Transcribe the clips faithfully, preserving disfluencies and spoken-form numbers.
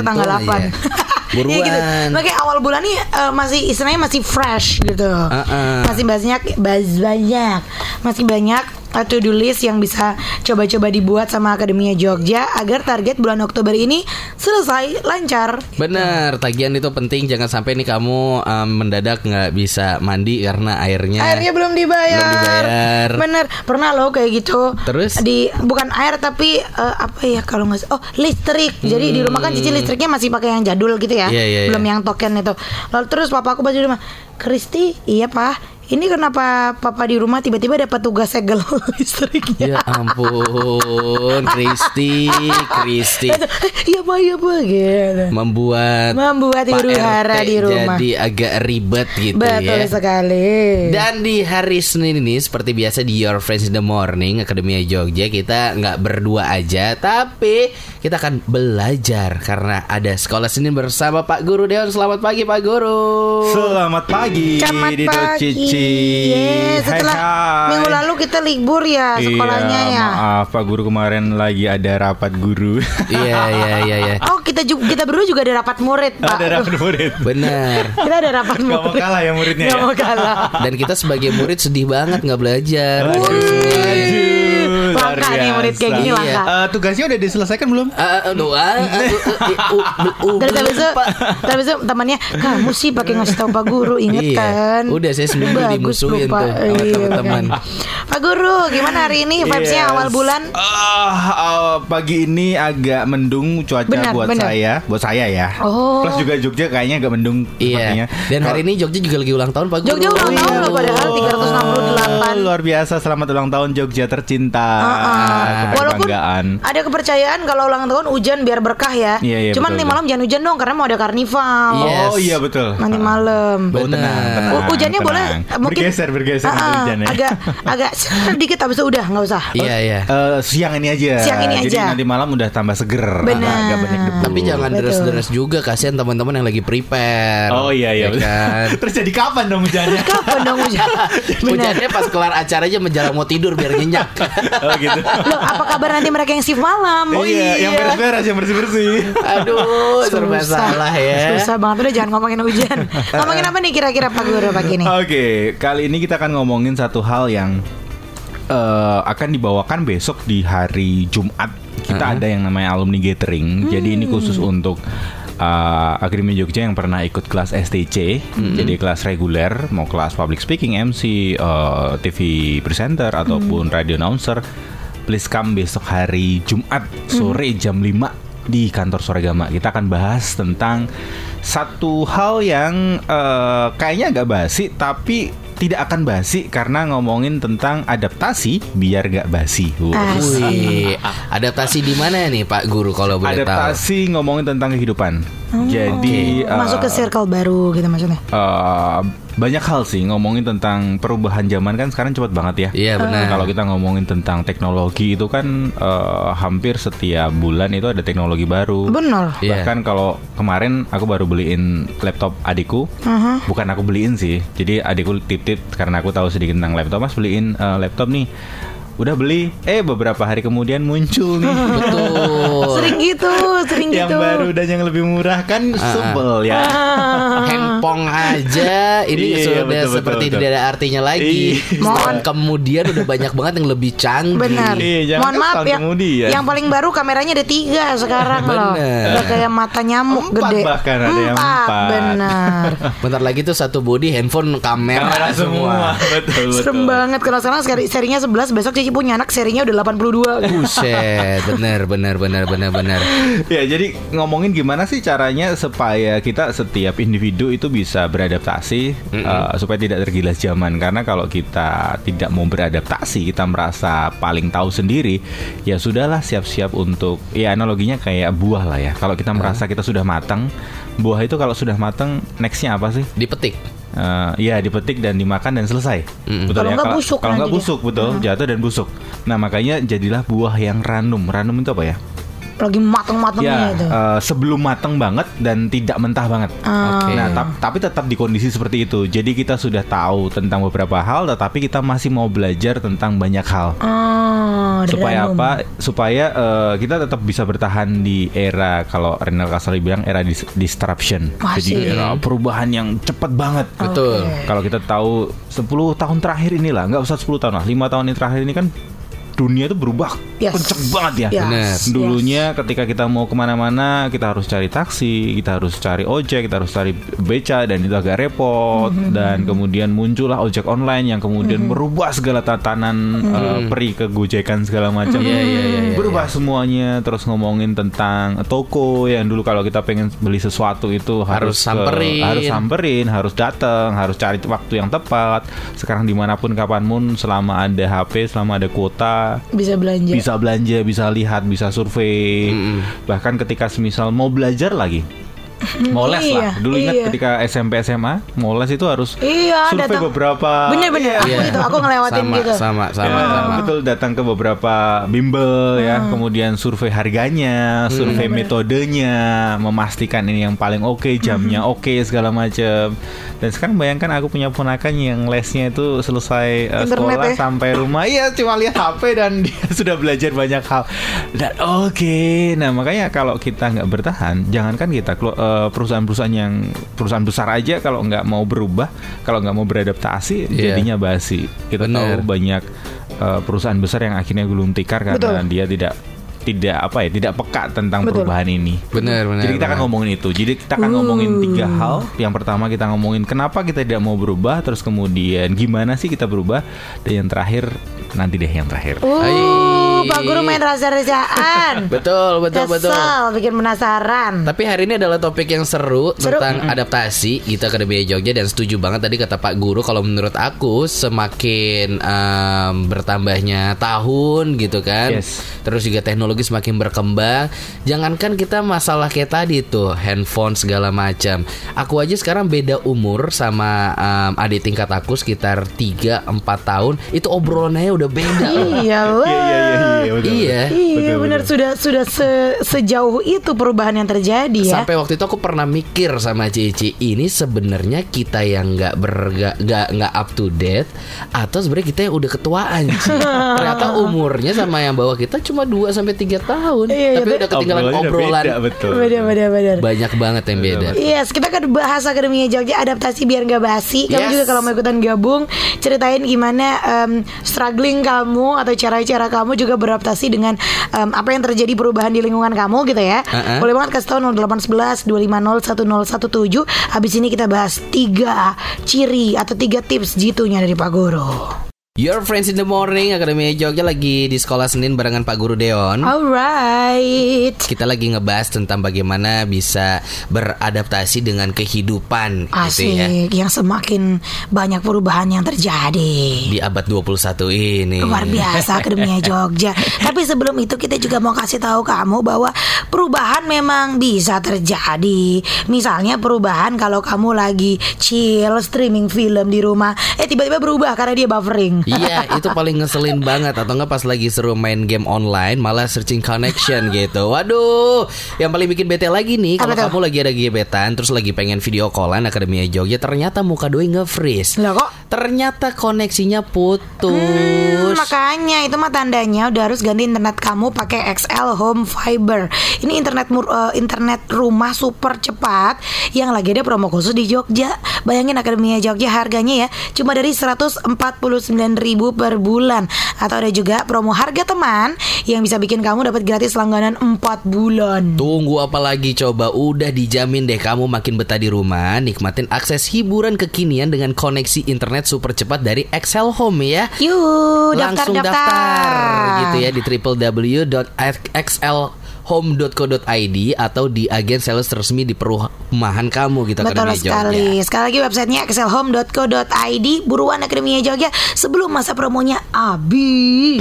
tanggal delapan. Ya. Buruan. Ya gitu. Makanya awal bulan nih uh, masih istilahnya masih fresh gitu. Uh-uh. Masih banyak banyak masih banyak to-do list yang bisa coba-coba dibuat sama Akademia Jogja agar target bulan Oktober ini selesai lancar. Bener, tagihan itu penting. Jangan sampai nih kamu um, mendadak nggak bisa mandi karena airnya airnya belum dibayar. Belum dibayar. Bener, pernah loh kayak gitu. Terus di bukan air tapi uh, apa ya kalau nggak oh listrik. Hmm. Jadi di rumah kan cicil listriknya masih pakai yang jadul gitu ya, yeah, yeah, belum yeah. yang token itu. Lalu terus papa aku baca di rumah, Kristi, iya pak. Ini kenapa papa di rumah tiba-tiba dapat tugas segel listriknya? Ya ampun, Kristi, Kristi. Iya pak, iya pak, gitu. Membuat membuat huru hara di rumah. Jadi agak ribet gitu. Betul ya. Betul sekali. Dan di hari Senin ini seperti biasa di Your Friends in the Morning Akademia Jogja, kita nggak berdua aja, tapi kita akan belajar karena ada Sekolah Senin bersama Pak Guru Deon. Selamat pagi Pak Guru. Selamat pagi. Selamat Dito pagi. Cici. Yes, setelah hai, hai. minggu lalu kita libur ya sekolahnya iya, ya. Maaf Pak Guru, kemarin lagi ada rapat guru. Iya iya iya iya. Oh kita juga kita berdua juga ada rapat murid Pak. Ada rapat murid. Benar. Kita ada rapat murid. Gak mau kalah ya muridnya. Gak ya? mau kalah. Dan kita sebagai murid sedih banget nggak belajar. Aduh, langka nih murid kayak gini langka. Uh, tugasnya udah diselesaikan belum? Aduh, Terus habis itu, habis itu temannya, kamu sih pakai ngasih tahu Pak Guru, inget kan? Udah saya seminggu dimusuhin tuh sama teman-teman. Pak Guru, gimana hari ini vibes-nya awal bulan? Uh, uh, pagi ini agak mendung cuaca bener, buat bener. saya, buat saya ya. Oh. Plus juga Jogja kayaknya agak mendung. Iya. Dan hari ini Jogja juga lagi ulang tahun Pak Guru. Jogja ulang tahun loh padahal tiga ratus enam puluh delapan. Luar biasa, selamat ulang tahun Jogja tercinta. Uh-uh. Walaupun kebanggaan. Ada kepercayaan kalau ulang tahun hujan biar berkah ya. Iya, iya, Cuman betul, nanti malam jangan hujan dong karena mau ada karnival. Yes. Oh iya betul. Nanti malam. Oh, tenang, tenang, Hujannya tenang. boleh mungkin bergeser bergeser uh-uh, hujannya. Agak agak sedikit habis itu udah nggak usah. Iya iya. Uh, siang ini aja. Siang ini Jadi aja. nanti malam udah tambah seger. Benar. Agak banyak debu. Tapi jangan Betul. deras-deras juga, kasihan teman-teman yang lagi prepare. Oh iya iya. Ya kan? Terus jadi kapan dong hujannya? Kapan dong hujan? Hujannya pas kelar acara aja menjelang mau tidur biar nyenyak. Oh gitu. Loh, apa kabar nanti mereka yang shift malam? Oh iya, yang beres-beres, yang bersih-bersih. Aduh, serba Susah. salah ya. Susah banget, udah jangan ngomongin hujan. Ngomongin apa nih kira-kira Pak Guru pagi ini? Oke, kali ini kita akan ngomongin satu hal yang uh, akan dibawakan besok di hari Jumat. Kita Uh-huh. ada yang namanya alumni gathering. Hmm. Jadi ini khusus untuk uh, Akademia Jogja yang pernah ikut kelas S T C. Hmm. Jadi kelas reguler, mau kelas public speaking, M C, uh, T V presenter ataupun hmm. radio announcer. Please come besok hari Jumat sore hmm. jam lima di kantor Soragama. Kita akan bahas tentang satu hal yang uh, kayaknya agak basi, tapi tidak akan basi karena ngomongin tentang adaptasi biar gak basi. Wih, adaptasi di mana nih Pak Guru kalau boleh tahu? Adaptasi ngomongin tentang kehidupan. Oh, Jadi okay. uh, masuk ke circle baru gitu maksudnya. Uh, banyak hal sih ngomongin tentang perubahan zaman kan sekarang cepat banget ya. Iya benar. Kalau kita ngomongin tentang teknologi itu kan uh, hampir setiap bulan itu ada teknologi baru. Benar. Bahkan kalau kemarin aku baru beliin laptop adikku. Uh-huh. Bukan aku beliin sih. Jadi adikku titip karena aku tahu sedikit tentang laptop. Mas beliin uh, laptop nih. Udah beli, eh beberapa hari kemudian muncul nih. Betul. Sering gitu, sering yang gitu. Yang baru dan yang lebih murah kan uh, sebel ya. Ah. Handphone aja ini iya, sudah betul, seperti betul, tidak betul. ada artinya lagi. Mohon kemudian udah banyak banget yang lebih canggih. Benar. Iya, mohon maaf yang, yang paling baru kameranya ada tiga sekarang loh. Udah kayak mata nyamuk empat gede. Bahkan ada yang empat. Benar. Bentar lagi tuh satu body handphone kamera, kamera semua. semua. Betul, betul. Serem banget kalau sekarang seri, serinya sebelas, besok Cici punya anak serinya udah delapan puluh dua. Buset, benar benar benar benar benar. Ya, jadi ngomongin gimana sih caranya supaya kita setiap individu itu bisa beradaptasi mm-hmm. uh, supaya tidak tergilas zaman. Karena kalau kita tidak mau beradaptasi, kita merasa paling tahu sendiri, ya sudahlah siap-siap untuk, ya analoginya kayak buah lah ya. Kalau kita merasa kita sudah matang, buah itu kalau sudah matang nextnya apa sih? Dipetik. Uh, ya dipetik dan dimakan dan selesai. Mm. Betul kalau ya. Nggak Kalau busuk kalau nggak busuk, dia. betul, uh-huh. jatuh dan busuk. Nah makanya jadilah buah yang ranum. Ranum itu apa ya? lagi mateng-matengnya Ya, itu. uh, sebelum mateng banget dan tidak mentah banget. Ah. Oke. Nah, tap- tapi tetap di kondisi seperti itu. Jadi kita sudah tahu tentang beberapa hal, tetapi kita masih mau belajar tentang banyak hal. Oh, Supaya dalam. apa? Supaya uh, kita tetap bisa bertahan di era, kalau Renal Kasali bilang era dis- disruption. Masih. Jadi era perubahan yang cepat banget. Betul. Kalau kita tahu sepuluh tahun terakhir inilah, nggak usah sepuluh tahun lah, lima tahun yang terakhir ini kan dunia itu berubah Yes. kenceng banget ya. Yes. Bener. Dulunya ketika kita mau kemana-mana kita harus cari taksi, kita harus cari ojek, kita harus cari beca, dan itu agak repot. Mm-hmm. Dan kemudian muncullah ojek online yang kemudian merubah segala tatanan Mm-hmm. uh, peri kegojekan segala macam. Iya, iya, iya, iya, Berubah semuanya. Terus ngomongin tentang toko yang dulu kalau kita pengen beli sesuatu itu Harus harus, ke- samperin. harus samperin, harus datang, harus cari waktu yang tepat. Sekarang dimanapun kapanpun, selama ada H P, selama ada kuota, Bisa belanja. bisa belanja, bisa lihat, bisa survei. Bahkan ketika semisal mau belajar lagi, mau les Iya, lah. Dulu ingat iya. ketika S M P S M A mau les itu harus Iya, survei datang. beberapa. Bener-bener, aku Iya. gitu, aku ngelewatin sama, gitu. Sama, sama, Ya, sama. betul, datang ke beberapa bimbel ya, kemudian survei harganya, survei metodenya, memastikan ini yang paling oke, jamnya oke, segala macam. Dan sekarang bayangkan aku punya ponakan yang lesnya itu selesai uh, Internet sekolah ya? sampai rumah, iya cuma lihat H P dan dia sudah belajar banyak hal. Dan oke, nah makanya kalau kita nggak bertahan, jangankan kita kelu- uh, perusahaan-perusahaan yang perusahaan besar aja kalau nggak mau berubah, kalau nggak mau beradaptasi, Iya. jadinya basi. Kita Bener. tahu banyak uh, perusahaan besar yang akhirnya gulung tikar karena Betul. dia tidak tidak apa ya tidak peka tentang Betul. perubahan ini. Benar, benar. Jadi kita akan benar. ngomongin itu. Jadi kita akan ngomongin tiga hal. Yang pertama kita ngomongin kenapa kita tidak mau berubah, terus kemudian gimana sih kita berubah, dan yang terakhir nanti deh yang terakhir. Uh, Hai. Pak Guru main rasa-rasaan. Betul, betul, betul. Kesel, bikin penasaran. Tapi hari ini adalah topik yang seru, Seru. tentang adaptasi gitu Akademi Jogja, dan setuju banget tadi kata Pak Guru, kalau menurut aku semakin em, bertambahnya tahun gitu kan. Yes. Terus juga teknologi semakin berkembang. Jangankan kita masalah kayak tadi tuh handphone segala macam. Aku aja sekarang beda umur sama em, adik tingkat aku sekitar tiga empat tahun. Itu obrolannya udah beda. Iya lah. Iya iya iya iya. betul. Iya. Iya Betul, benar, betul. sudah sudah se- sejauh itu perubahan yang terjadi ya. Sampai waktu itu aku pernah mikir sama Cici, ini sebenarnya kita yang nggak berga nggak nggak up to date, atau sebenarnya kita yang udah ketuaan Ci. Ternyata umurnya sama yang bawah kita cuma dua sampai tiga tahun, Iya, iya, tapi udah ketinggalan Obrolannya udah obrolan. beda, betul. Beda beda beda. Banyak banget yang beda. Yes, kita kan bahas Akademi Jogja adaptasi biar nggak basi. Kamu Yes. juga kalau mau ikutan gabung, ceritain gimana em, struggling kamu atau cara-cara kamu juga beradaptasi dengan em, apa yang terjadi perubahan di lingkungan kamu gitu ya. Uh-uh. Boleh banget kasih tahu nol delapan satu satu dua lima nol satu nol satu tujuh. Habis ini kita bahas tiga ciri atau tiga tips jitunya dari Pak Guru. Your Friends in the Morning Akademi Jogja lagi di Sekolah Senin barengan Pak Guru Deon. Alright. Kita lagi ngebahas tentang bagaimana bisa beradaptasi dengan kehidupan gitu ya, Asik, yang semakin banyak perubahan yang terjadi. di abad dua puluh satu ini. Luar biasa Akademi Jogja. Tapi sebelum itu kita juga mau kasih tahu kamu bahwa perubahan memang bisa terjadi. Misalnya perubahan kalau kamu lagi chill streaming film di rumah, eh tiba-tiba berubah karena dia buffering. Iya, itu paling ngeselin banget. Atau enggak pas lagi seru main game online malah searching connection gitu. Waduh, yang paling bikin bete lagi nih, kalau Apa tuh? kamu lagi ada gebetan terus lagi pengen video callan Akademi Jogja, ternyata muka doi nge-freeze. Lah kok? Ternyata koneksinya putus. Hmm, makanya itu mah tandanya udah harus ganti internet kamu pakai X L Home Fiber. Ini internet mur- eh, internet rumah super cepat yang lagi ada promo khusus di Jogja. Bayangin Akademi Jogja harganya ya cuma dari seratus empat puluh sembilan ribu per bulan. Atau ada juga promo harga teman yang bisa bikin kamu dapat gratis langganan empat bulan. Tunggu apa lagi, coba, udah dijamin deh kamu makin betah di rumah. Nikmatin akses hiburan kekinian dengan koneksi internet super cepat dari X L Home ya. Yuk, Langsung daftar-daftar daftar gitu ya di w w w dot x l home dot co dot i d atau di agen sales resmi di perumahan kamu gitu. Betul Akademi sekali. Jogja. Sekali lagi websitenya x l home dot co dot i d. Buruan Akademi Jogja sebelum masa promonya habis.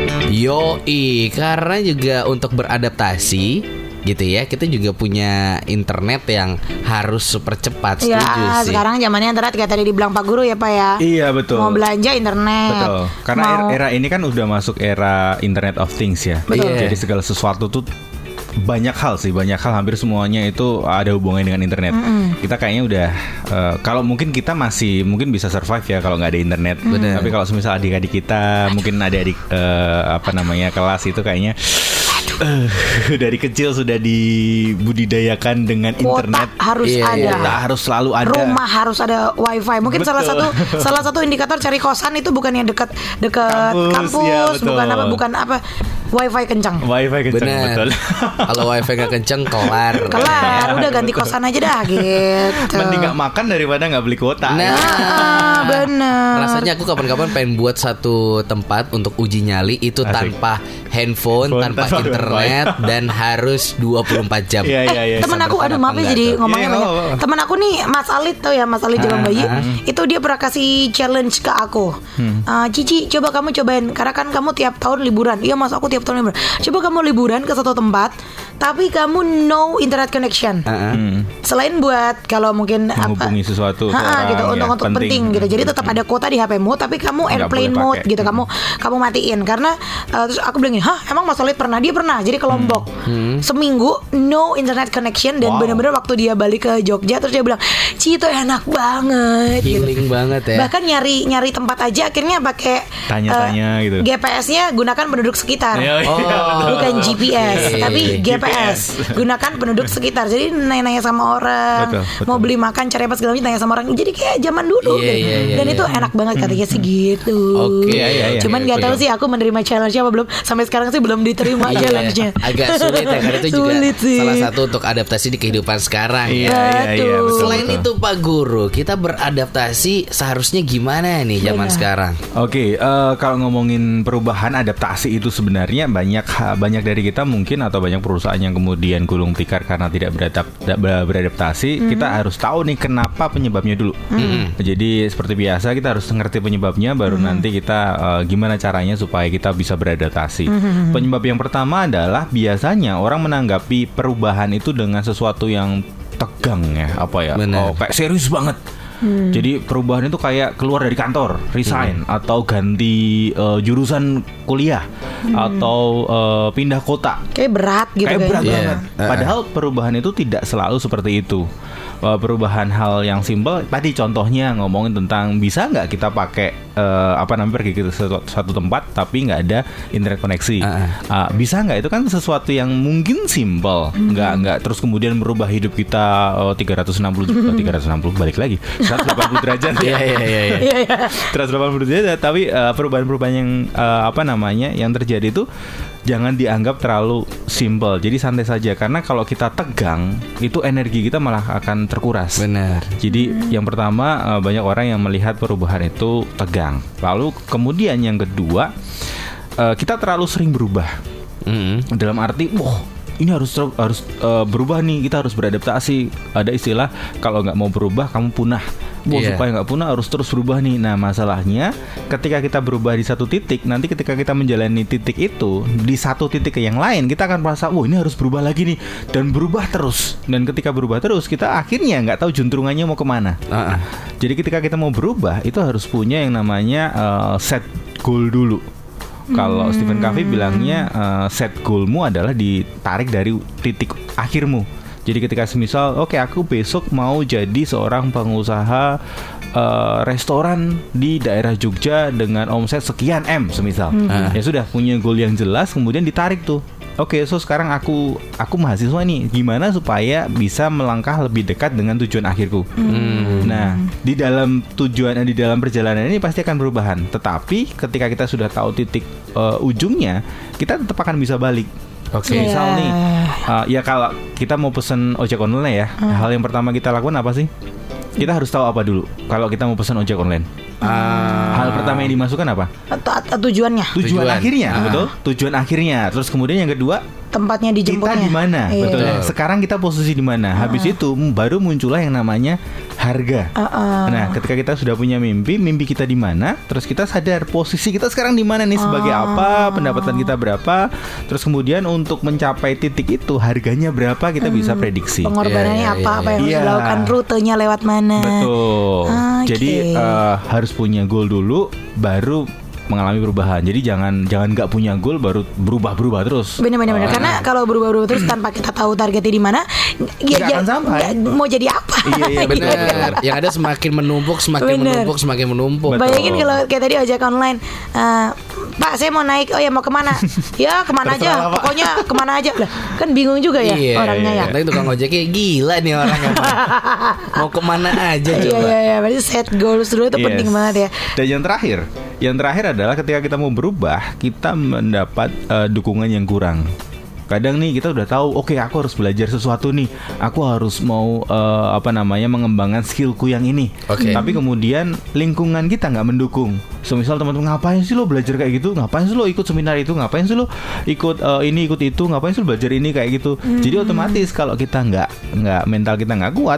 Yoi, karena juga untuk beradaptasi gitu ya, kita juga punya internet yang harus super cepat. Setuju Ya, sih. sekarang zamannya internet kayak tadi dibilang Pak Guru ya Pak ya. Iya betul. Mau belanja internet. Betul. Karena Mau- era, era ini kan udah masuk era Internet of Things ya. Betul. Jadi segala sesuatu tuh banyak hal sih, banyak hal, hampir semuanya itu ada hubungannya dengan internet. Mm-hmm. Kita kayaknya udah uh, kalau mungkin kita masih mungkin bisa survive ya kalau nggak ada internet. Mm-hmm. Tapi kalau semisal adik-adik kita mungkin ada adik uh, apa namanya kelas itu kayaknya Uh, dari kecil sudah dibudidayakan dengan kuota internet. Harus iya, ada. Kuota harus selalu ada. Rumah harus ada wifi. Mungkin betul. salah satu salah satu indikator cari kosan itu bukan yang dekat dekat kampus, kampus ya, bukan apa bukan apa wifi kencang. Wifi kencang. Bener. Betul. Kalau wifi gak kencang kelar. Kelar, udah ganti kosan aja dah gitu. Mending gak makan daripada gak beli kuota. Nah, ah, bener. Rasanya aku kapan-kapan pengen buat satu tempat untuk uji nyali itu Asik. tanpa handphone, Phone, tanpa, tanpa internet dan harus dua puluh empat jam. Iya, iya, iya. Temen aku, aduh maaf ya jadi ngomongnya yeah, banyak. oh, oh. Temen aku nih Mas Alit tau ya, Mas Alit Jalan Bayi. Uh, uh. Itu dia pernah kasih challenge ke aku. Hmm. Uh, Cici, coba kamu cobain, karena kan kamu tiap tahun liburan. Iya Mas, aku tiap tahun liburan. Coba kamu liburan ke satu tempat, tapi kamu no internet connection. Uh, uh. Hmm. Selain buat kalau mungkin menghubungi apa, sesuatu ha, orang, gitu, ya, untuk untuk penting. penting gitu. Jadi tetap ada kuota di H P-mu, tapi kamu airplane mode gitu. Kamu kamu matiin karena uh, terus aku bilang, hah emang Mas Alit pernah? Dia pernah. Jadi ke Lombok hmm. seminggu no internet connection dan wow. benar-benar waktu dia balik ke Jogja terus dia bilang, Ci itu enak banget. Healing gitu. banget ya. Bahkan nyari nyari tempat aja akhirnya pakai tanya-tanya uh, gitu. G P S-nya gunakan penduduk sekitar. Oh, bukan G P S, tapi G P S. Gunakan penduduk sekitar. Jadi nanya-nanya sama orang, betul, betul. mau beli makan cari apa segala macam tanya sama orang. Jadi kayak zaman dulu yeah, gitu. yeah, yeah, dan yeah. itu enak banget katanya sih gitu. Oke, okay, yeah, yeah, cuman nggak yeah, tahu sih aku menerima challenge-nya apa belum. Sampai sekarang sih belum diterima challenge-nya. Agak sulit ya karena itu sulit juga sih. salah satu untuk adaptasi di kehidupan sekarang. Iya, iya, iya, betul, Selain betul. itu Pak Guru, kita beradaptasi seharusnya gimana nih zaman Benar. sekarang? Oke, okay, uh, kalau ngomongin perubahan adaptasi itu sebenarnya banyak banyak dari kita mungkin atau banyak perusahaan yang kemudian gulung tikar karena tidak beradap, beradaptasi. Mm-hmm. Kita harus tahu nih kenapa penyebabnya dulu. Mm-hmm. Jadi seperti biasa kita harus ngerti penyebabnya, baru mm-hmm. nanti kita uh, gimana caranya supaya kita bisa beradaptasi. Mm-hmm. Penyebab yang pertama adalah biasanya orang menanggapi perubahan itu dengan sesuatu yang tegang ya, apa ya? Bener. Oh, kayak serius banget. Hmm. Jadi perubahan itu kayak keluar dari kantor, resign, hmm. atau ganti uh, jurusan kuliah, hmm. atau uh, pindah kota. Kayak berat gitu. Kayak berat yeah. banget. Padahal perubahan itu tidak selalu seperti itu. Uh, perubahan hal yang simpel. Tadi contohnya ngomongin tentang bisa nggak kita pakai uh, apa namanya pergi ke satu, satu tempat tapi nggak ada internet koneksi. Uh-uh. Uh, bisa nggak? Itu kan sesuatu yang mungkin simpel. Hmm. Nggak nggak terus kemudian merubah hidup kita uh, tiga ratus enam puluh uh, tiga ratus enam puluh balik lagi seratus delapan puluh derajat. Iya iya iya. seratus delapan puluh derajat. Tapi uh, perubahan-perubahan yang uh, apa namanya yang terjadi itu jangan dianggap terlalu simpel. Jadi santai saja karena kalau kita tegang itu energi kita malah akan terkuras. Benar. Jadi yang pertama banyak orang yang melihat perubahan itu tegang. Lalu kemudian yang kedua kita terlalu sering berubah. Mm-hmm. Dalam arti, wah ini harus harus uh, berubah nih, kita harus beradaptasi. Ada istilah kalau nggak mau berubah kamu punah. Wah, yeah. supaya nggak punah harus terus berubah nih. Nah masalahnya ketika kita berubah di satu titik, nanti ketika kita menjalani titik itu di satu titik ke yang lain, kita akan merasa, wah ini harus berubah lagi nih, dan berubah terus. Dan ketika berubah terus, kita akhirnya nggak tahu juntrungannya mau kemana. Uh-uh. Jadi ketika kita mau berubah, itu harus punya yang namanya uh, set goal dulu. Kalau hmm. Stephen Covey bilangnya uh, set goalmu adalah ditarik dari titik akhirmu. Jadi ketika semisal, oke okay, aku besok mau jadi seorang pengusaha uh, restoran di daerah Jogja dengan omset sekian M semisal. Hmm. Ya sudah punya goal yang jelas, kemudian ditarik tuh. Oke, okay, so sekarang aku aku mahasiswa nih, gimana supaya bisa melangkah lebih dekat dengan tujuan akhirku. Hmm. Nah, di dalam tujuan di dalam perjalanan ini pasti akan perubahan. Tetapi ketika kita sudah tahu titik uh, ujungnya, kita tetap akan bisa balik. Oke, okay. yeah. misal nih, uh, ya kalau kita mau pesen ojek online ya, uh. hal yang pertama kita lakukan apa sih? Kita harus tahu apa dulu kalau kita mau pesen ojek online. Uh. Hal pertama yang dimasukkan apa? Tujuannya. Tujuan, Tujuan akhirnya, uh. betul. Tujuan akhirnya. Terus kemudian yang kedua, tempatnya dijemputnya. Kita di mana? Iya. Betul. Sekarang kita posisi di mana? Uh. Habis itu baru muncullah yang namanya harga. Uh, uh. Nah, ketika kita sudah punya mimpi, mimpi kita di mana? Terus kita sadar posisi kita sekarang di mana nih, sebagai uh. apa, pendapatan kita berapa? Terus kemudian untuk mencapai titik itu harganya berapa kita hmm. bisa prediksi. Pengorbanannya yeah, apa? Yeah, apa yang yeah. harus dilakukan? Rutenya lewat mana? Betul. Uh, Jadi okay. uh, harus punya goal dulu, baru mengalami perubahan. Jadi jangan jangan nggak punya goal baru berubah-berubah terus. Benar-benar Oh, karena kalau berubah-ubah terus tanpa kita tahu targetnya di mana, ya, Nggak ya, akan sampai. ya, mau jadi apa? Iya, iya, Gitu. Benar. Yang ada semakin menumpuk, semakin Bener. menumpuk, semakin menumpuk. Betul. Bayangin kalau kayak tadi ojek online, eh, Pak saya mau naik, oh ya mau kemana? Ya kemana aja, Terserah, Pak. pokoknya kemana aja lah. Kan bingung juga ya Iya, orangnya ya. Tapi tukang ojeknya gila nih orangnya. Mau kemana aja Iya coba. iya iya, berarti set goals dulu itu Yes. penting banget ya. Dan yang terakhir, yang terakhir adalah ketika kita mau berubah, kita mendapat uh, dukungan yang kurang. Kadang nih kita udah tahu, oke okay, aku harus belajar sesuatu nih, aku harus mau uh, apa namanya mengembangkan skillku yang ini. Oke. Tapi kemudian lingkungan kita nggak mendukung. Semisal teman-teman ngapain sih lo belajar kayak gitu, ngapain sih lo ikut seminar itu, ngapain sih lo ikut uh, ini ikut itu, ngapain sih lo belajar ini kayak gitu. Jadi otomatis kalau kita nggak nggak mental kita nggak kuat,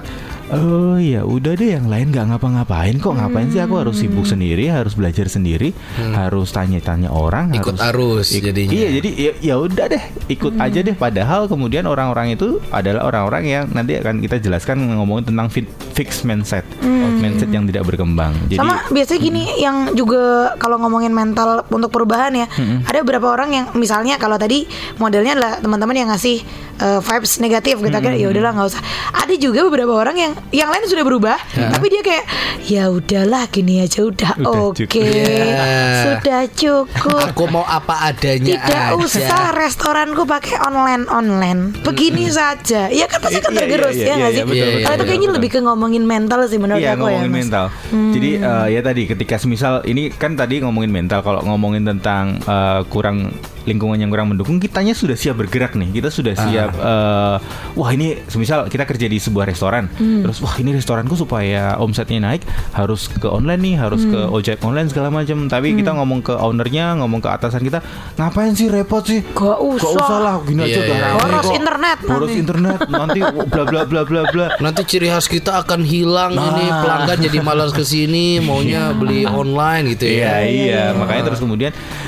oh ya udah deh yang lain nggak ngapa-ngapain kok, ngapain sih aku harus sibuk sendiri, harus belajar sendiri, harus tanya-tanya orang, Ikut harus arus jadinya. Iya, jadi ya, ya udah deh, ikut aja deh. Padahal kemudian orang-orang itu adalah orang-orang yang nanti akan kita jelaskan ngomongin tentang fit, fixed mindset, mindset yang tidak berkembang. Jadi Sama biasanya gini yang juga kalau ngomongin mental untuk perubahan ya, ada beberapa orang yang misalnya kalau tadi modelnya adalah teman-teman yang ngasih uh, vibes negatif gitu, akhirnya ya udahlah nggak usah. Ada juga beberapa orang yang yang lain sudah berubah, tapi dia kayak ya udahlah gini aja udah, Udah oke, cukup. Yeah. sudah cukup. Aku mau apa adanya Tidak aja. usah restoranku pakai online online. Begini saja. Ya kan pasti kan Iya, iya, tergerus iya, ya iya, nggak iya, sih? betul, Kalau betul, itu kayaknya betul. lebih ke ngomongin mental sih menurut Iya, aku ya. ngomongin Mas. mental. Jadi uh, ya tadi ketika semisal ini kan tadi ngomongin mental, kalau ngomongin tentang uh, kurang lingkungan yang kurang mendukung, kitanya sudah siap bergerak nih. Kita sudah siap uh, wah ini semisal kita kerja di sebuah restoran. Terus wah ini restoranku supaya omsetnya naik harus ke online nih, harus ke ojek online segala macam. Tapi kita ngomong ke ownernya, ngomong ke atasan kita, ngapain sih repot sih? Gak usah. Gak usah lah, gini Iya, aja udah iya, rame Boros kok. internet Boros nanti. internet nanti bla bla bla bla bla. Nanti ciri khas kita akan hilang Nah. ini, pelanggan jadi malas kesini, maunya beli online gitu ya. Iya, iya, makanya terus kemudian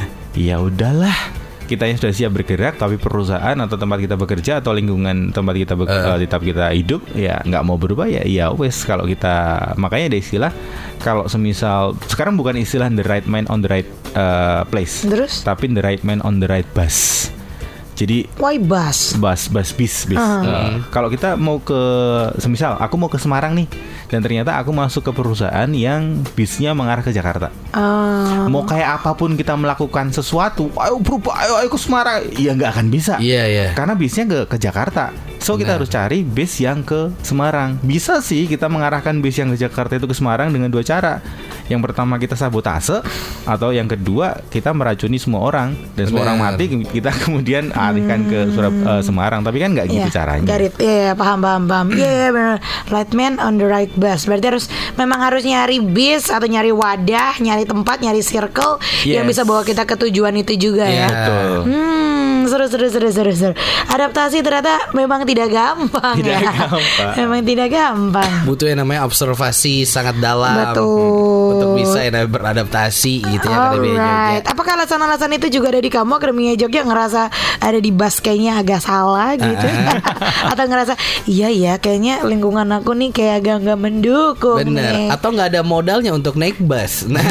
ya udahlah, kita yang sudah siap bergerak, tapi perusahaan atau tempat kita bekerja atau lingkungan tempat kita be- Uh. uh, tempat kita hidup ya nggak mau berubah ya ya wes. Kalau kita, makanya ada istilah kalau semisal sekarang bukan istilah the right man on the right uh, place, Terus? tapi the right man on the right bus. Jadi Why bus? bus bus bis bis. Uh, kalau kita mau ke, semisal aku mau ke Semarang nih, dan ternyata aku masuk ke perusahaan yang bisnya mengarah ke Jakarta. Uh, Mau kayak apapun kita melakukan sesuatu, ayo berubah, ayo ayo ke Semarang, ya nggak akan bisa. Iya, iya. Karena bisnya ke ke Jakarta. So kita Benar. harus cari bis yang ke Semarang. Bisa sih kita mengarahkan bis yang ke Jakarta itu ke Semarang dengan dua cara. Yang pertama kita sabotase, atau yang kedua kita meracuni semua orang dan semua orang Benar. mati, kita kemudian alihkan ke Surab uh, Semarang. Tapi kan nggak gitu Iya, caranya. Got it. Iya, yeah, paham, paham, paham. Iya, yeah, benar. Right man on the right bus. Berarti harus memang harus nyari bis atau nyari wadah, nyari tempat, nyari circle yang Yes. bisa bawa kita ke tujuan itu juga Iya. ya. Betul. Hmm, seru, seru, seru, seru, seru. Adaptasi ternyata memang tidak gampang Tidak ya. gampang. Memang tidak gampang. Butuh yang namanya observasi sangat dalam. Betul. Untuk bisa yang namanya beradaptasi gitu ya Akademia Jogja. Alright. Apakah alasan-alasan itu juga ada di kamu Akademia Jogja, ngerasa ada di bus kayaknya agak salah gitu? Atau ngerasa iya ya kayaknya lingkungan aku nih kayak agak nggak mendukung Bener. nih. Atau nggak ada modalnya untuk naik bus. Nah,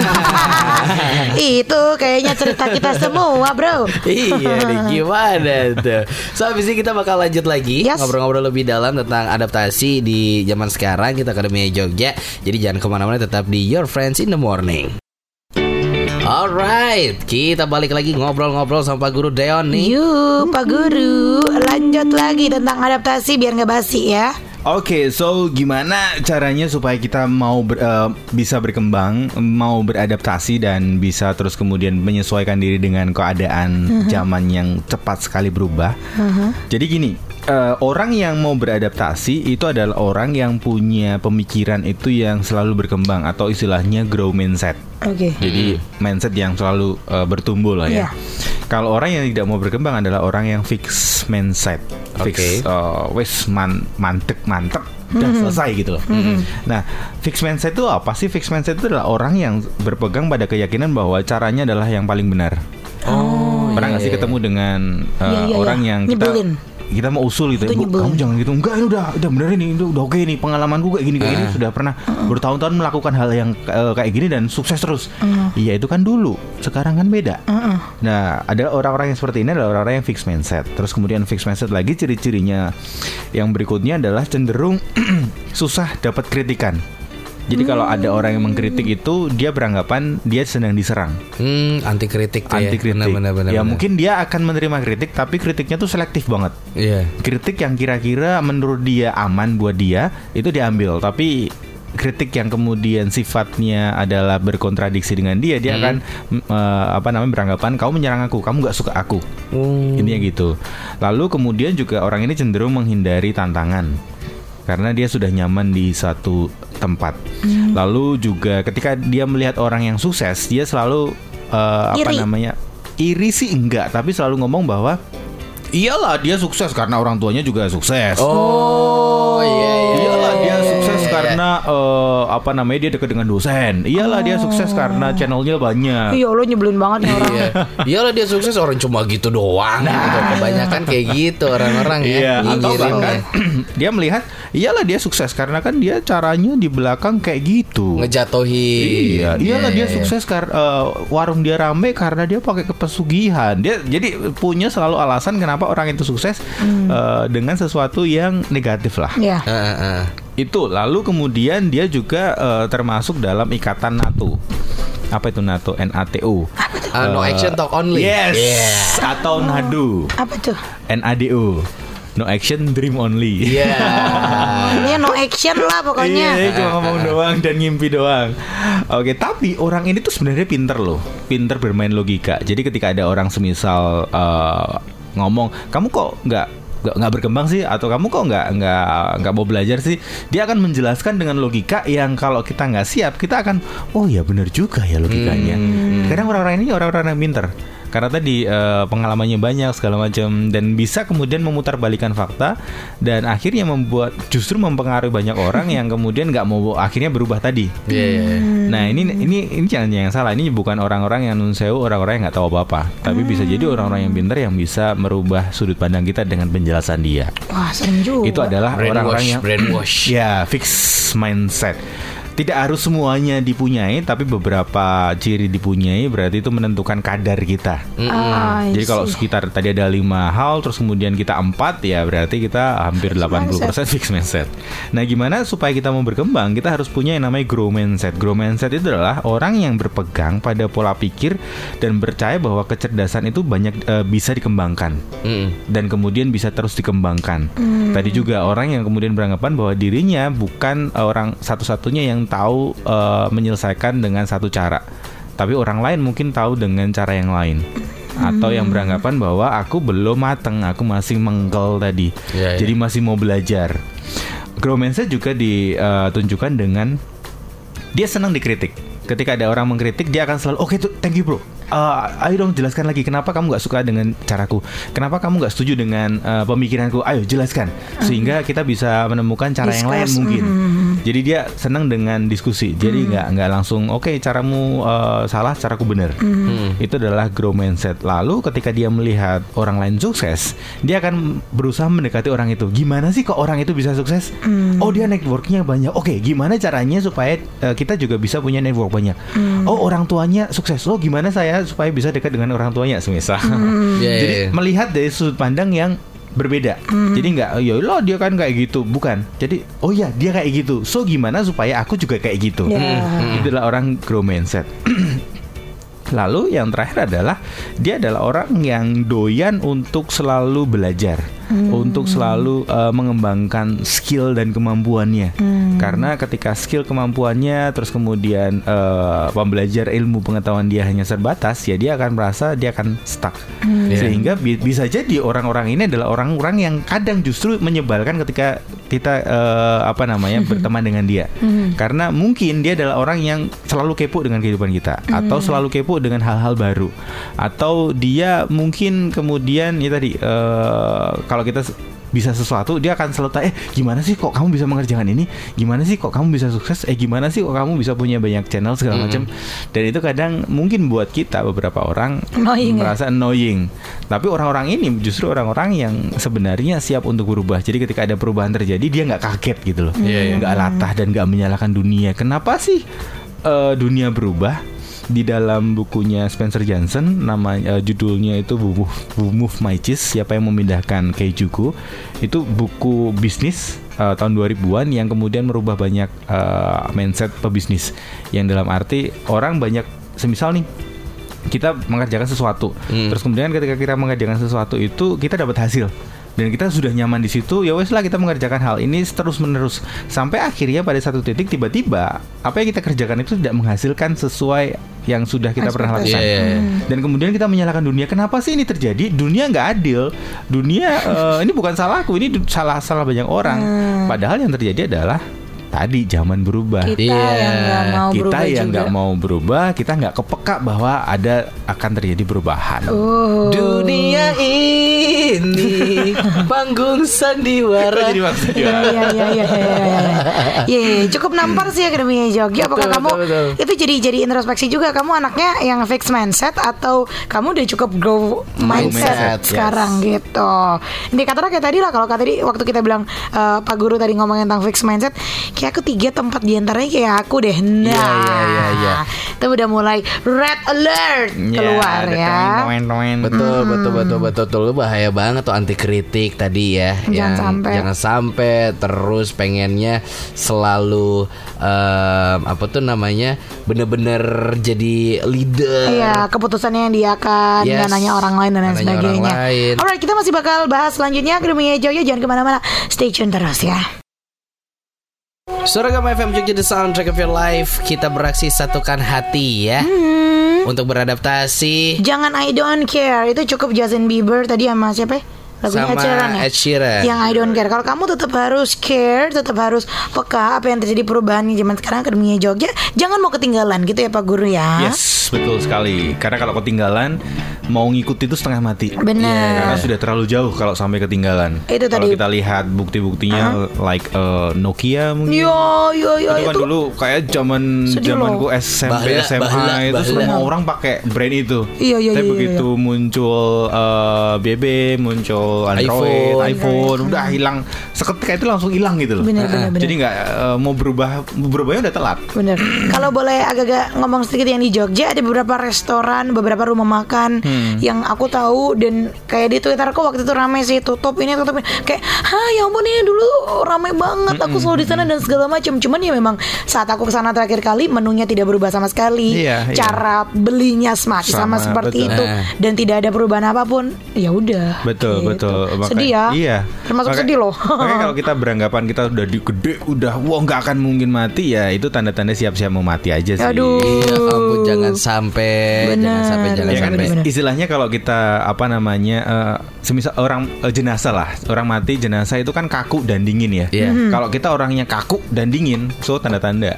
Itu kayaknya cerita kita semua, bro. iya nih, gimana tuh. So habis ini kita bakal lanjut lagi Yes. ngobrol-ngobrol lebih dalam tentang adaptasi di zaman sekarang kita Akademia Jogja. Jadi jangan kemana-mana, tetap di Your Friends in the Morning. Alright, kita balik lagi ngobrol-ngobrol sama Pak Guru Deon nih. Yuk Pak Guru, lanjut lagi tentang adaptasi biar nggak basi ya. Oke, so gimana caranya supaya kita mau ber- eh, bisa berkembang, mau beradaptasi dan bisa terus kemudian menyesuaikan diri dengan keadaan zaman yang cepat sekali berubah. Jadi gini, eh, orang yang mau beradaptasi itu adalah orang yang punya pemikiran itu yang selalu berkembang atau istilahnya grow mindset. Oke. Jadi mindset yang selalu uh, bertumbuh lah ya. Iya. Kalau orang yang tidak mau berkembang adalah orang yang fix mindset, Oke. fix uh, wes man, mantep mantep, udah selesai gitu loh. Nah, fix mindset itu apa sih? Fix mindset itu adalah orang yang berpegang pada keyakinan bahwa caranya adalah yang paling benar. Oh, Pernah nggak iya, sih iya. ketemu dengan uh, Iya, iya, orang iya. yang kita Nyebelin. kita mau usul gitu, Itu Bu, kamu jangan gitu. Enggak, ini udah udah bener ini, udah, udah oke nih, pengalamanku kayak gini kayak gini, sudah pernah bertahun-tahun melakukan hal yang uh, kayak gini dan sukses terus. Iya, itu kan dulu. Sekarang kan beda. Nah, ada orang-orang yang seperti ini adalah orang-orang yang fixed mindset. Terus kemudian fixed mindset lagi, ciri-cirinya yang berikutnya adalah cenderung susah dapat kritikan. Jadi hmm. kalau ada orang yang mengkritik itu, dia beranggapan dia sedang diserang. Hmm, anti kritik tuh anti kritik. Ya, benar, benar, ya benar. Mungkin dia akan menerima kritik, tapi kritiknya tuh selektif banget. Iya. Yeah. Kritik yang kira-kira menurut dia aman buat dia itu diambil, tapi kritik yang kemudian sifatnya adalah berkontradiksi dengan dia, dia hmm. akan uh, apa namanya beranggapan kamu menyerang aku, kamu nggak suka aku. Hmm. Ini ya gitu. Lalu kemudian juga orang ini cenderung menghindari tantangan karena dia sudah nyaman di satu tempat. Hmm. Lalu juga ketika dia melihat orang yang sukses, dia selalu uh, apa iri. namanya iri sih enggak, tapi selalu ngomong bahwa iyalah dia sukses karena orang tuanya juga sukses. Oh iya iya. Iyalah dia sukses iya, karena uh, apa namanya dia dekat dengan dosen. Iyalah oh. dia sukses karena channelnya banyak. Iya, lo nyebelin banget nih orang. Iya. Iyalah dia sukses orang cuma gitu doang. Nah. Gitu. Kebanyakan kayak gitu orang-orang ya. Iya. Atau bahkan dia melihat iyalah dia sukses karena kan dia caranya di belakang kayak gitu. Ngejatuhin. Iya. Iyalah yeah. dia sukses karena uh, warung dia rame karena dia pakai kepesugihan. Dia jadi punya selalu alasan kenapa orang itu sukses hmm. uh, dengan sesuatu yang negatif lah. Iya. Uh, uh. Itu lalu kemudian dia juga uh, termasuk dalam ikatan NATO. Apa itu NATO? N A T O. Uh, no action talk only. Yes. Yeah. Atau N A D O. Apa tuh? N A D O. No action, dream only. Iya. Yeah. Ini no action lah pokoknya. Iya, cuma ngomong doang dan ngimpi doang. Oke, tapi orang ini tuh sebenarnya pinter loh, pinter bermain logika. Jadi ketika ada orang semisal uh, ngomong, kamu kok nggak nggak berkembang sih, atau kamu kok nggak nggak nggak mau belajar sih, dia akan menjelaskan dengan logika yang kalau kita nggak siap kita akan oh ya benar juga ya logikanya. Hmm. Kadang orang-orang ini orang-orang yang pinter karena tadi uh, pengalamannya banyak segala macam dan bisa kemudian memutarbalikkan fakta dan akhirnya membuat justru mempengaruhi banyak orang yang kemudian nggak mau akhirnya berubah tadi. Yeah. Nah ini ini ini jangan yang salah, ini bukan orang-orang yang nun sewu, orang-orang yang nggak tahu apa-apa, tapi hmm. bisa jadi orang-orang yang pintar yang bisa merubah sudut pandang kita dengan penjelasan dia. Wah, serem juga. Itu adalah brainwash, orang-orang yang brainwash. Ya, fixed mindset. Tidak harus semuanya dipunyai, tapi beberapa ciri dipunyai berarti itu menentukan kadar kita. Mm-hmm. Ah, Jadi kalau sekitar tadi ada lima hal, terus kemudian kita empat, ya berarti kita hampir delapan puluh persen fixed mindset. Nah, gimana supaya kita mau berkembang? Kita harus punya yang namanya grow mindset. Grow mindset itu adalah orang yang berpegang pada pola pikir dan percaya bahwa kecerdasan itu banyak e, bisa dikembangkan mm. dan kemudian bisa terus dikembangkan. Mm. Tadi juga orang yang kemudian beranggapan bahwa dirinya bukan orang satu-satunya yang tahu uh, menyelesaikan dengan satu cara, tapi orang lain mungkin tahu dengan cara yang lain. Atau yang beranggapan bahwa aku belum mateng, aku masih mengkel tadi, yeah, jadi yeah. masih mau belajar. Grow mindset juga ditunjukkan uh, dengan dia senang dikritik. Ketika ada orang mengkritik, dia akan selalu oke okay, tuh, thank you bro. Uh, ayo dong jelaskan lagi kenapa kamu nggak suka dengan caraku, kenapa kamu nggak setuju dengan uh, pemikiranku, ayo jelaskan sehingga kita bisa menemukan cara Discuss. yang lain mungkin. Mm. Jadi dia senang dengan diskusi, jadi nggak mm. nggak langsung oke okay, caramu uh, salah, caraku benar. Mm. Itu adalah grow mindset. Lalu ketika dia melihat orang lain sukses, dia akan berusaha mendekati orang itu. Gimana sih kok orang itu bisa sukses? Mm. Oh dia networknya banyak. Oke, okay, gimana caranya supaya uh, kita juga bisa punya network banyak? Mm. Oh orang tuanya sukses. Oh gimana saya supaya bisa dekat dengan orang tuanya semisal. Hmm. yeah, Jadi yeah, yeah. melihat dari sudut pandang yang berbeda. Hmm. Jadi nggak, ya lo dia kan kayak gitu, bukan. Jadi oh ya dia kayak gitu. So gimana supaya aku juga kayak gitu? Yeah. Hmm. Itulah orang grow mindset. Lalu yang terakhir adalah dia adalah orang yang doyan untuk selalu belajar, hmm. untuk selalu uh, mengembangkan skill dan kemampuannya. Hmm. Karena ketika skill kemampuannya terus kemudian uh, pembelajar ilmu pengetahuan dia hanya terbatas, ya dia akan merasa dia akan stuck. Hmm. Sehingga bi- bisa jadi orang-orang ini adalah orang-orang yang kadang justru menyebalkan ketika kita uh, apa namanya berteman dengan dia. Hmm. Karena mungkin dia adalah orang yang selalu kepo dengan kehidupan kita, hmm. atau selalu kepo dengan hal-hal baru, atau dia mungkin kemudian ya tadi uh, kalau kita bisa sesuatu, dia akan selalu tanya, eh gimana sih kok kamu bisa mengerjakan ini, gimana sih kok kamu bisa sukses, eh gimana sih kok kamu bisa punya banyak channel segala macam. Dan itu kadang mungkin buat kita beberapa orang annoying, merasa ya? annoying. Tapi orang-orang ini justru orang-orang yang sebenarnya siap untuk berubah. Jadi ketika ada perubahan terjadi, dia nggak kaget gitu loh, nggak mm. latah dan nggak menyalahkan dunia. Kenapa sih uh, dunia berubah? Di dalam bukunya Spencer Johnson, namanya uh, judulnya itu Who Move, Who Move My Cheese, siapa yang memindahkan kejuku. Itu buku bisnis uh, tahun dua ribuan yang kemudian merubah banyak uh, mindset pebisnis. Yang dalam arti orang banyak, semisal nih kita mengerjakan sesuatu, hmm. terus kemudian ketika kita mengerjakan sesuatu itu kita dapat hasil. Dan kita sudah nyaman di situ, ya wes lah kita mengerjakan hal ini terus menerus sampai akhirnya pada satu titik tiba-tiba apa yang kita kerjakan itu tidak menghasilkan sesuai yang sudah kita pernah lakukan. Yeah, yeah. Dan kemudian kita menyalahkan dunia. Kenapa sih ini terjadi? Dunia nggak adil. Dunia uh, ini bukan salahku, ini salah salah banyak orang. Hmm. Padahal yang terjadi adalah tadi zaman berubah. Kita yeah. yang nggak mau kita berubah yang nggak juga. mau berubah, kita nggak kepeka bahwa ada akan terjadi perubahan. Oh. Dunia ini panggung sandiwara. Jadi maksudnya. Iya iya iya iya. Iya, cukup nampar sih Akademi Jogja. Apakah Betul, kamu betul, betul. itu jadi jadi introspeksi juga, kamu anaknya yang fixed mindset atau kamu udah cukup grow mindset, Mindset, sekarang yes. gitu. Indikatornya kayak tadi lah, kalau kayak tadi waktu kita bilang uh, Pak Guru tadi ngomongin tentang fixed mindset, kayak aku tiga tempat diantaranya kayak aku deh. Nah, Iya, iya, iya, iya. itu udah mulai red alert keluar ya. Betul, betul, betul, betul, betul. Lu bahaya banget tuh anti kritik tadi ya. Jangan yang sampai. Jangan sampai terus pengennya selalu um, apa tuh namanya bener-bener jadi leader. Iya, keputusannya yang dia akan Yes. nggak nanya orang lain dan lain Nggak nanya sebagainya. orang lain. Alright, kita masih bakal bahas selanjutnya Akademi Jogja. Jangan kemana-mana, stay tune terus ya. Suragam F M Jogja, the soundtrack of your life. Kita beraksi satukan hati ya. Hmm. Untuk beradaptasi. Jangan I don't care, itu cukup Justin Bieber tadi sama siapa ya? Lagunya Sama Ed Sheeran ya? Ed Sheeran. Yang I don't care. Kalau kamu tetap harus care, tetap harus peka apa yang terjadi perubahan di zaman sekarang Akademi Jogja. Jangan mau ketinggalan gitu ya Pak Guru ya. Yes, betul sekali. Karena kalau ketinggalan, mau ngikut itu setengah mati. Benar. Karena sudah terlalu jauh kalau sampai ketinggalan. Itu Kalau tadi. kita lihat bukti-buktinya, uh-huh. like uh, Nokia mungkin. Yo yo yo itu kan itu dulu kayak zaman sedih zamanku loh. S M P Bahla, S M A bahla, itu bahla. semua orang pakai brand itu. Iya, iya, Tapi iya, begitu iya. muncul uh, B B, muncul Android, iPhone. iPhone, udah hilang seketika itu langsung hilang gitu loh. Bener, bener, bener. Jadi nggak uh, mau berubah, berubahnya udah telat. Bener. Kalau boleh agak-agak ngomong sedikit yang di Jogja, ada beberapa restoran, beberapa rumah makan Hmm. yang aku tahu dan kayak di Twitterku waktu itu rame sih, tutup ini tutup ini. Kayak, "Hah, ya ampun ini dulu rame banget. Aku selalu di sana dan segala macam." Cuman ya memang saat aku kesana terakhir kali menunya tidak berubah sama sekali. Iya, iya. Cara belinya masih sama, Sama, seperti betul. itu Nah. dan tidak ada perubahan apapun. Ya udah. Betul, gitu. betul. Maka- Sedih ya. Iya. Termasuk Maka- sedih loh. Makanya kalau kita beranggapan kita udah di gede, udah wah nggak akan mungkin mati, ya itu tanda-tanda siap-siap mau mati aja sih. Aduh. Iya, ampun jangan sampai, Bener. jangan sampai, jangan Ya kan sampai. bener. istilahnya kalau kita apa namanya uh, semisal orang uh, jenazah lah, orang mati jenazah itu kan kaku dan dingin ya. Iya. Hmm. Kalau kita orangnya kaku dan dingin, so tanda-tanda.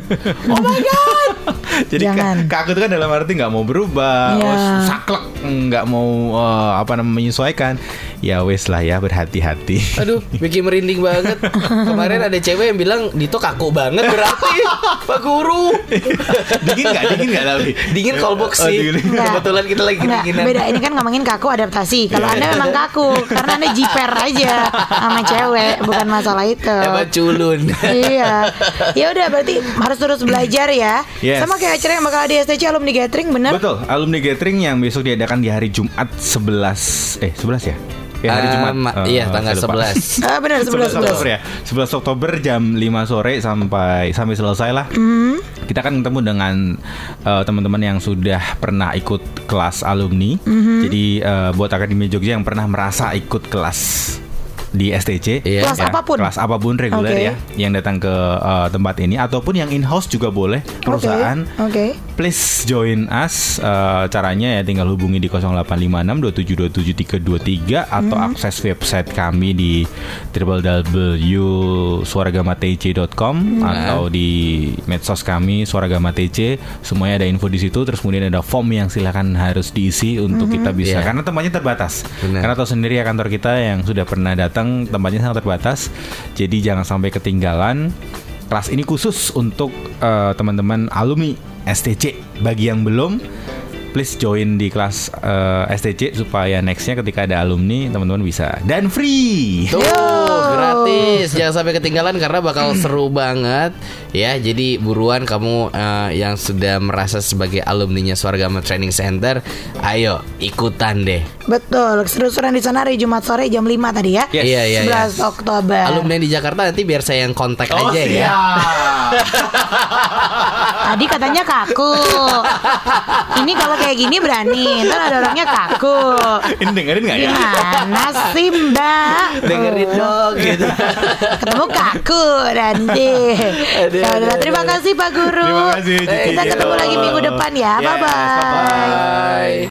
Oh my god. Jadi Jangan. ka- kaku itu kan dalam arti nggak mau berubah, Iya. oh, saklek, nggak mau uh, apa namanya menyesuaikan. Ya wes lah ya, berhati-hati. Aduh, bikin merinding banget. Kemarin ada cewek yang bilang Dito kaku banget berarti Pak Guru. Dingin nggak? Dingin nggak tapi? Dingin callbox Oh, sih. dingin. Enggak. Kebetulan kita lagi Enggak, kedinginan. beda. Ini kan ngomongin kaku adaptasi. Kalau Anda memang kaku karena Anda jiper aja sama cewek, bukan masalah itu. Emang culun. Iya. Ya udah berarti harus terus belajar ya. Yes. Sama kayak acara yang bakal ada S T C Alumni Gathering, bener? Betul, alumni gathering yang besok diadakan di hari Jumat sebelas eh sebelas ya? Ya hari Um, Jumat. Eh, iya, tanggal saya lupa. sebelas. Ah benar sebelas Oktober sebelas. ya. sebelas Oktober jam lima sore sampai sampai selesai lah. Hmm. Kita akan ketemu dengan uh, teman-teman yang sudah pernah ikut kelas alumni. Mm-hmm. Jadi uh, buat Akademi Jogja yang pernah merasa ikut kelas di S T C, Iya. Kelas apapun? kelas apapun reguler Oke. ya, yang datang ke uh, tempat ini ataupun yang in-house juga boleh perusahaan. Oke. Please join us. Uh, caranya ya tinggal hubungi di nol delapan lima enam dua tujuh dua tujuh tiga dua tiga atau Hmm. akses website kami di w w w titik suaragama t c dot com atau di medsos kami Suaragama T C. Semuanya ada info di situ. Terus kemudian ada form yang silakan harus diisi untuk kita bisa Iya. karena tempatnya terbatas. Benar. Karena tahu sendiri ya kantor kita yang sudah pernah datang datang, tempatnya sangat terbatas. Jadi jangan sampai ketinggalan. Kelas ini khusus untuk uh, teman-teman alumni S T C. Bagi yang belum, please join di kelas uh, S T C supaya nextnya ketika ada alumni teman-teman bisa, dan free. Tuh, gratis. Jangan sampai ketinggalan karena bakal seru banget ya. Jadi buruan kamu uh, yang sudah merasa sebagai alumninya Swargama Training Center, ayo ikutan deh. Betul, seru-seruan di sana hari Jumat sore jam lima tadi ya. Yes. Iya, iya, sebelas iya. Oktober. Alumni di Jakarta nanti biar saya yang kontak Oh, aja siap. ya. Tadi katanya kaku. Ini kalau kayak gini berani, ntar ada orangnya kaku. Ini dengerin nggak ya? Gimana sih Mbak? Dengerin dong gitu. Ketemu kaku nanti. Aduh, Ya udah, aduh, terima aduh. kasih Pak Guru. Terima kasih, Cici. Kita ketemu lagi minggu depan ya. Yes, Bye bye. bye-bye. Bye.